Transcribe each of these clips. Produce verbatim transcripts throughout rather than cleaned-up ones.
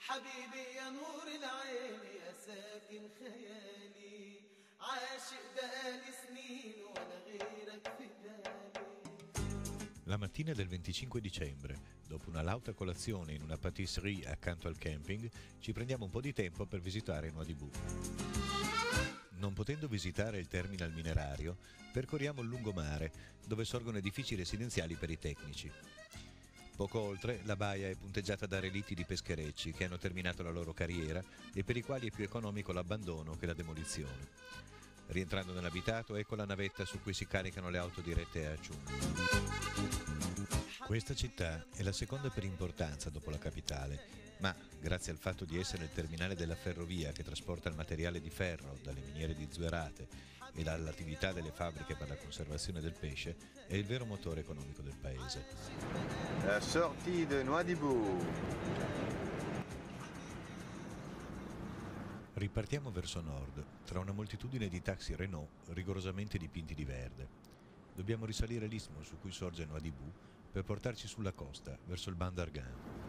حبيبي يا نور العين يا ساكن خيالي عاشق بقالي سنين ولا غيرك في بالي. La mattina del venticinque dicembre, dopo una lauta colazione in una patisserie accanto al camping, ci prendiamo un po' di tempo per visitare Nouadhibou. Non potendo visitare il terminal minerario, percorriamo il lungomare, dove sorgono edifici residenziali per i tecnici. Poco oltre, la baia è punteggiata da relitti di pescherecci che hanno terminato la loro carriera e per i quali è più economico l'abbandono che la demolizione. Rientrando nell'abitato, ecco la navetta su cui si caricano le auto dirette a Chun. Questa città è la seconda per importanza dopo la capitale, ma grazie al fatto di essere il terminale della ferrovia che trasporta il materiale di ferro dalle miniere di Zuerate e dall'attività delle fabbriche per la conservazione del pesce, è il vero motore economico del paese. La sortie de Nouadhibou. Ripartiamo verso nord, tra una moltitudine di taxi Renault rigorosamente dipinti di verde. Dobbiamo risalire l'istmo su cui sorge Nouadhibou per portarci sulla costa, verso il Bandargan.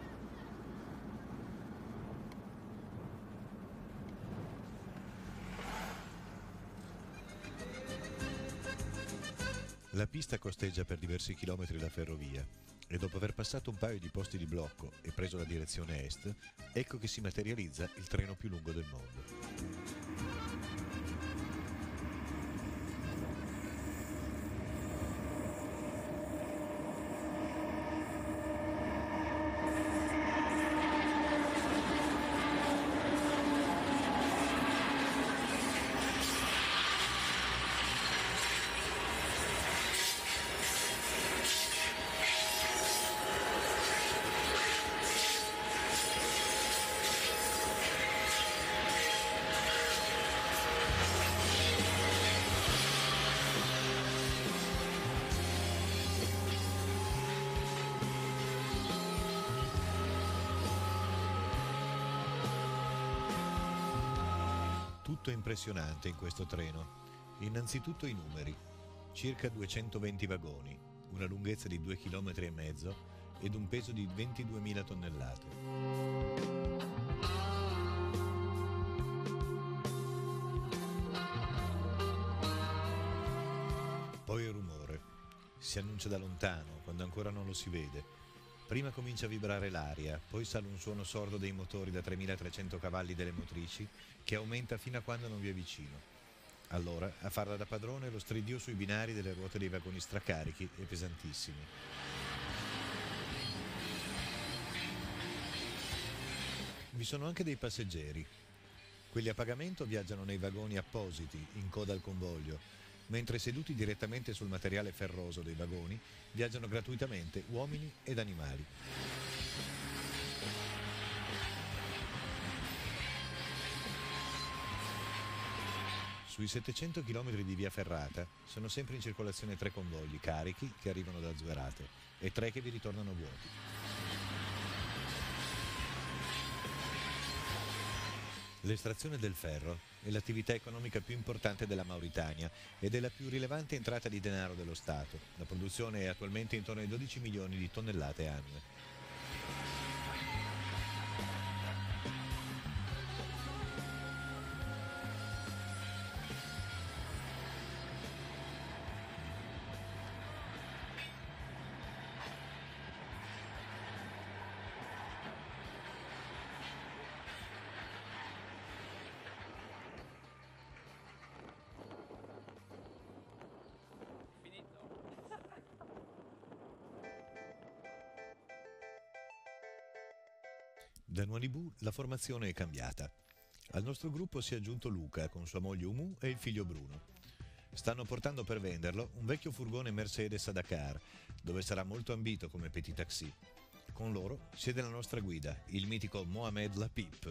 La pista costeggia per diversi chilometri la ferrovia e dopo aver passato un paio di posti di blocco e preso la direzione est, ecco che si materializza il treno più lungo del mondo. Tutto è impressionante in questo treno. Innanzitutto i numeri. Circa duecentoventi vagoni, una lunghezza di due chilometri e mezzo ed un peso di ventiduemila tonnellate. Poi il rumore. Si annuncia da lontano, quando ancora non lo si vede. Prima comincia a vibrare l'aria, poi sale un suono sordo dei motori da tremilatrecento cavalli delle motrici che aumenta fino a quando non vi è vicino. Allora, a farla da padrone, lo stridio sui binari delle ruote dei vagoni stracarichi e pesantissimi. Vi sono anche dei passeggeri. Quelli a pagamento viaggiano nei vagoni appositi, in coda al convoglio, mentre seduti direttamente sul materiale ferroso dei vagoni viaggiano gratuitamente uomini ed animali. Sui settecento chilometri di via ferrata sono sempre in circolazione tre convogli carichi che arrivano da Zuerate e tre che vi ritornano vuoti. L'estrazione del ferro è l'attività economica più importante della Mauritania ed è la più rilevante entrata di denaro dello Stato. La produzione è attualmente intorno ai dodici milioni di tonnellate annue. Da Nouadhibou la formazione è cambiata. Al nostro gruppo si è aggiunto Luca con sua moglie Umu e il figlio Bruno. Stanno portando per venderlo un vecchio furgone Mercedes a Dakar, dove sarà molto ambito come petit taxi. Con loro siede la nostra guida, il mitico Mohamed Lapip.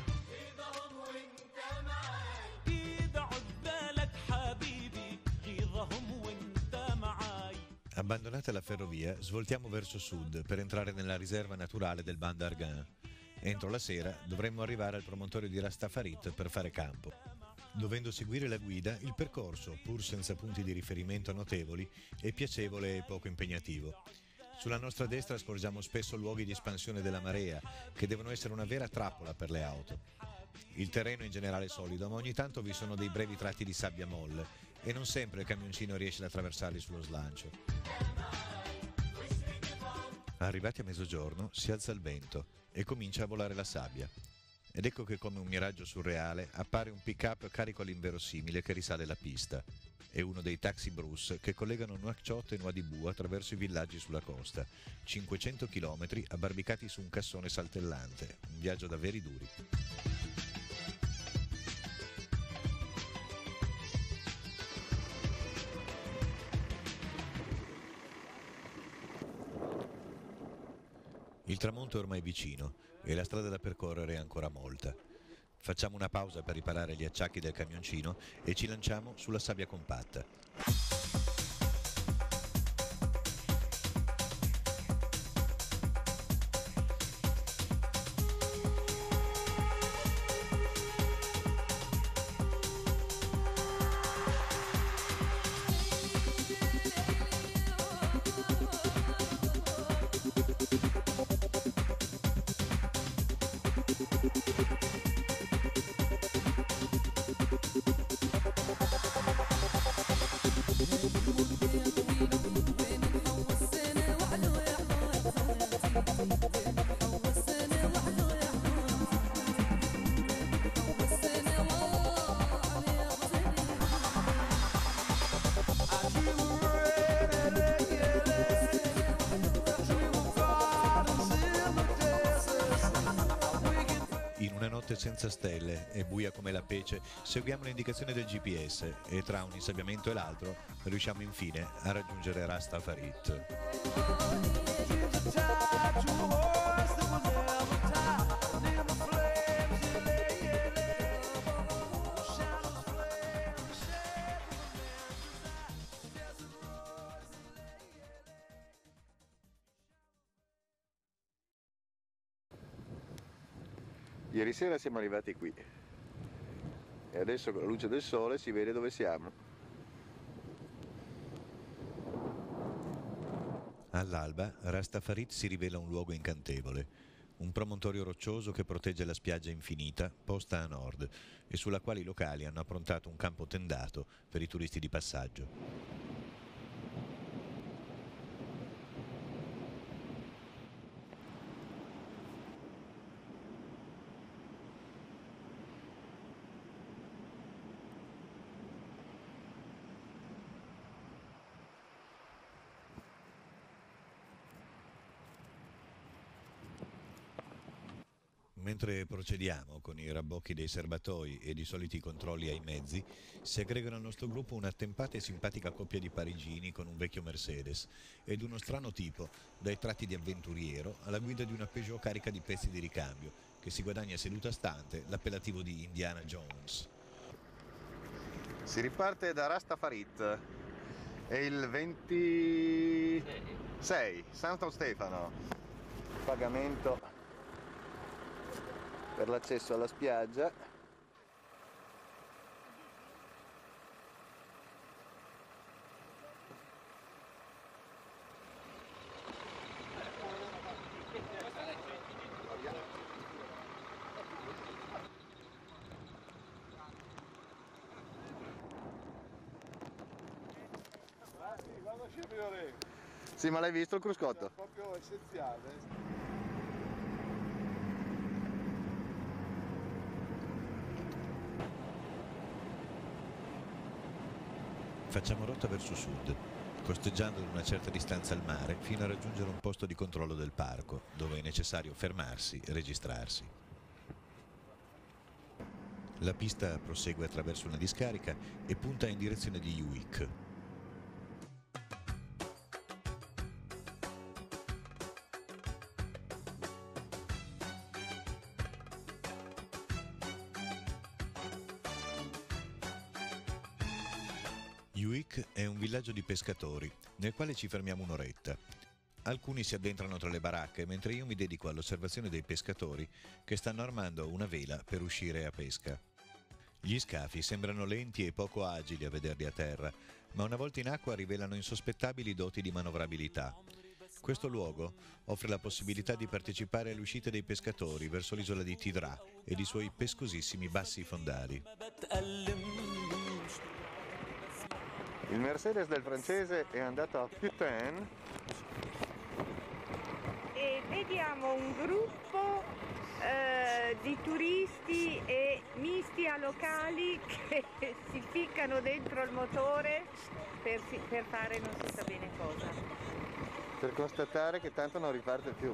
Abbandonata la ferrovia, svoltiamo verso sud per entrare nella riserva naturale del Bandargan. Entro la sera dovremmo arrivare al promontorio di Ras Tafarit per fare campo. Dovendo seguire la guida, il percorso, pur senza punti di riferimento notevoli, è piacevole e poco impegnativo. Sulla nostra destra scorgiamo spesso luoghi di espansione della marea, che devono essere una vera trappola per le auto. Il terreno in generale è solido, ma ogni tanto vi sono dei brevi tratti di sabbia molle e non sempre il camioncino riesce ad attraversarli sullo slancio. Arrivati a mezzogiorno si alza il vento e comincia a volare la sabbia. Ed ecco che, come un miraggio surreale, appare un pick-up carico all'inverosimile che risale la pista. È uno dei taxi Bruce che collegano Nouakchott e Nouadhibou attraverso i villaggi sulla costa. cinquecento chilometri abbarbicati su un cassone saltellante. Un viaggio da veri duri. Il tramonto è ormai vicino e la strada da percorrere è ancora molta. Facciamo una pausa per riparare gli acciacchi del camioncino e ci lanciamo sulla sabbia compatta. Senza stelle e buia come la pece, seguiamo le indicazioni del G P S e tra un insabbiamento e l'altro riusciamo infine a raggiungere Rasta Farit. Ieri sera siamo arrivati qui e adesso con la luce del sole si vede dove siamo. All'alba Rasta Farit si rivela un luogo incantevole, un promontorio roccioso che protegge la spiaggia infinita posta a nord e sulla quale i locali hanno approntato un campo tendato per i turisti di passaggio. Mentre procediamo con i rabbocchi dei serbatoi ed i soliti controlli ai mezzi, si aggregano al nostro gruppo un'attempata e simpatica coppia di parigini con un vecchio Mercedes ed uno strano tipo dai tratti di avventuriero alla guida di una Peugeot carica di pezzi di ricambio che si guadagna seduta stante l'appellativo di Indiana Jones. Si riparte da Rasta Farit, è il ventisei, Santo Stefano, pagamento per l'accesso alla spiaggia. Sì, ma l'hai visto il cruscotto? È proprio essenziale. Facciamo rotta verso sud, costeggiando ad una certa distanza al mare fino a raggiungere un posto di controllo del parco, dove è necessario fermarsi e registrarsi. La pista prosegue attraverso una discarica e punta in direzione di Uik. Uik è un villaggio di pescatori, nel quale ci fermiamo un'oretta. Alcuni si addentrano tra le baracche, mentre io mi dedico all'osservazione dei pescatori che stanno armando una vela per uscire a pesca. Gli scafi sembrano lenti e poco agili a vederli a terra, ma una volta in acqua rivelano insospettabili doti di manovrabilità. Questo luogo offre la possibilità di partecipare alle uscite dei pescatori verso l'isola di Tidra ed i suoi pescosissimi bassi fondali. Il Mercedes del francese è andato a Putain. E vediamo un gruppo eh, di turisti e misti a locali che si ficcano dentro il motore per, per fare non si sa bene cosa. Per constatare che tanto non riparte più.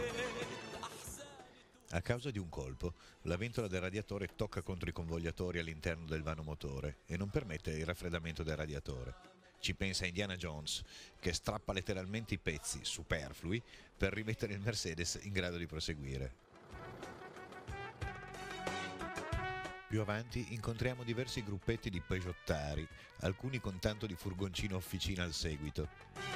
A causa di un colpo, la ventola del radiatore tocca contro i convogliatori all'interno del vano motore e non permette il raffreddamento del radiatore. Ci pensa Indiana Jones, che strappa letteralmente i pezzi superflui per rimettere il Mercedes in grado di proseguire. Più avanti incontriamo diversi gruppetti di Peugeottari, alcuni con tanto di furgoncino officina al seguito.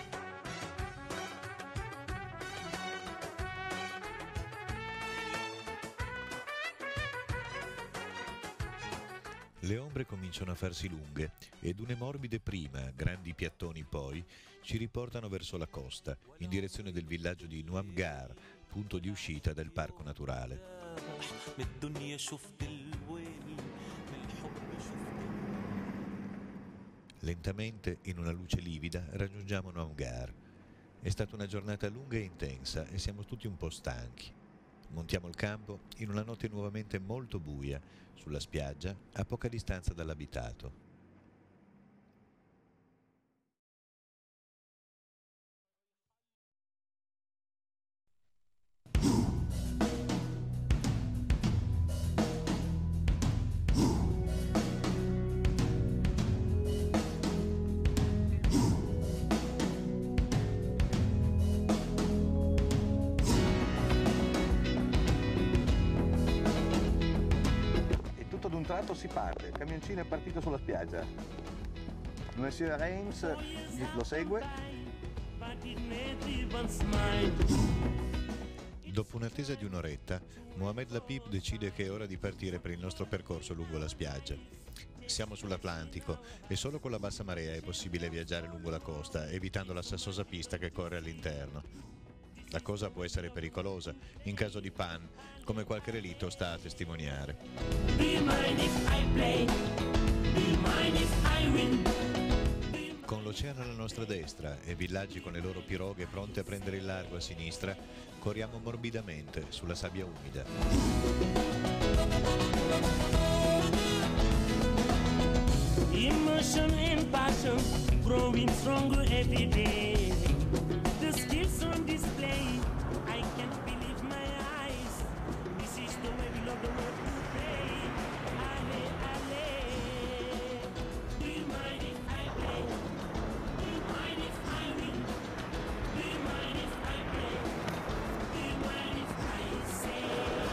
Le ombre cominciano a farsi lunghe e dune morbide prima, grandi piattoni poi, ci riportano verso la costa, in direzione del villaggio di Nuamgar, punto di uscita del parco naturale. Lentamente, in una luce livida, raggiungiamo Nuamgar. È stata una giornata lunga e intensa e siamo tutti un po' stanchi. Montiamo il campo in una notte nuovamente molto buia, sulla spiaggia, a poca distanza dall'abitato. Si parte, il camioncino è partito sulla spiaggia. Monsieur Reims lo segue. Dopo un'attesa di un'oretta, Mohamed Lapib decide che è ora di partire per il nostro percorso lungo la spiaggia. Siamo sull'Atlantico e solo con la bassa marea è possibile viaggiare lungo la costa, evitando la sassosa pista che corre all'interno. La cosa può essere pericolosa in caso di pan, come qualche relitto sta a testimoniare. Con l'oceano alla nostra destra e villaggi con le loro piroghe pronte a prendere il largo a sinistra, corriamo morbidamente sulla sabbia umida. Emotion and passion growing stronger every day. The skills on display, I can't believe my eyes. This is the way we love the world to play. Ale, ale. Do you mind if I play? Do you mind if I win? Do you mind if I play? Do you mind if I say?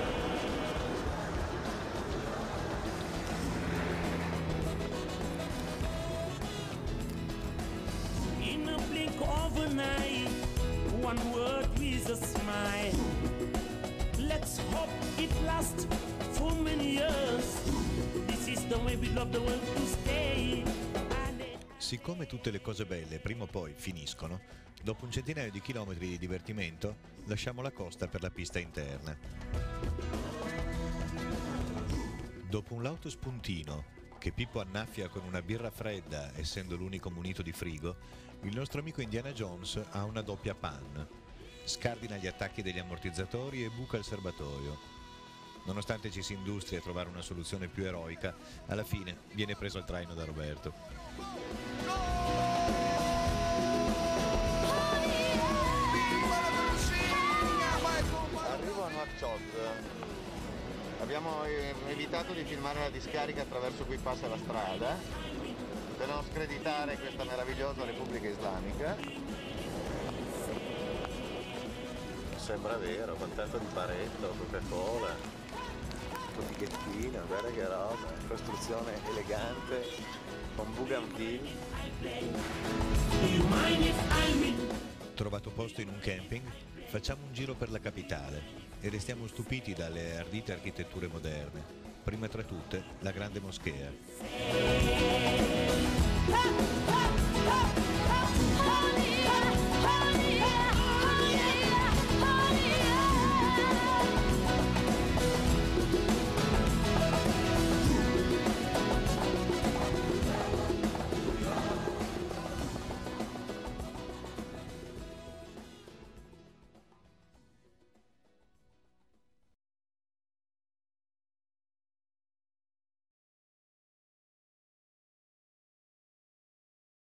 In a blink of an eye, one word with a smile. Let's hope it lasts for many years. This is the way we love the world to stay. Siccome tutte le cose belle prima o poi finiscono, dopo un centinaio di chilometri di divertimento, lasciamo la costa per la pista interna. Dopo un lauto spuntino, che Pippo annaffia con una birra fredda, essendo l'unico munito di frigo, il nostro amico Indiana Jones ha una doppia panne. Scardina gli attacchi degli ammortizzatori e buca il serbatoio. Nonostante ci si industri a trovare una soluzione più eroica, alla fine viene preso al traino da Roberto. Arrivo a Nouakchott. Abbiamo evitato di filmare la discarica attraverso cui passa la strada per non screditare questa meravigliosa Repubblica Islamica. Sembra vero, con tanto di paretto, Coca-Cola, bottighettino, guarda che roba, costruzione elegante, con bougainville. Trovato posto in un camping, facciamo un giro per la capitale e restiamo stupiti dalle ardite architetture moderne, prima tra tutte la grande moschea.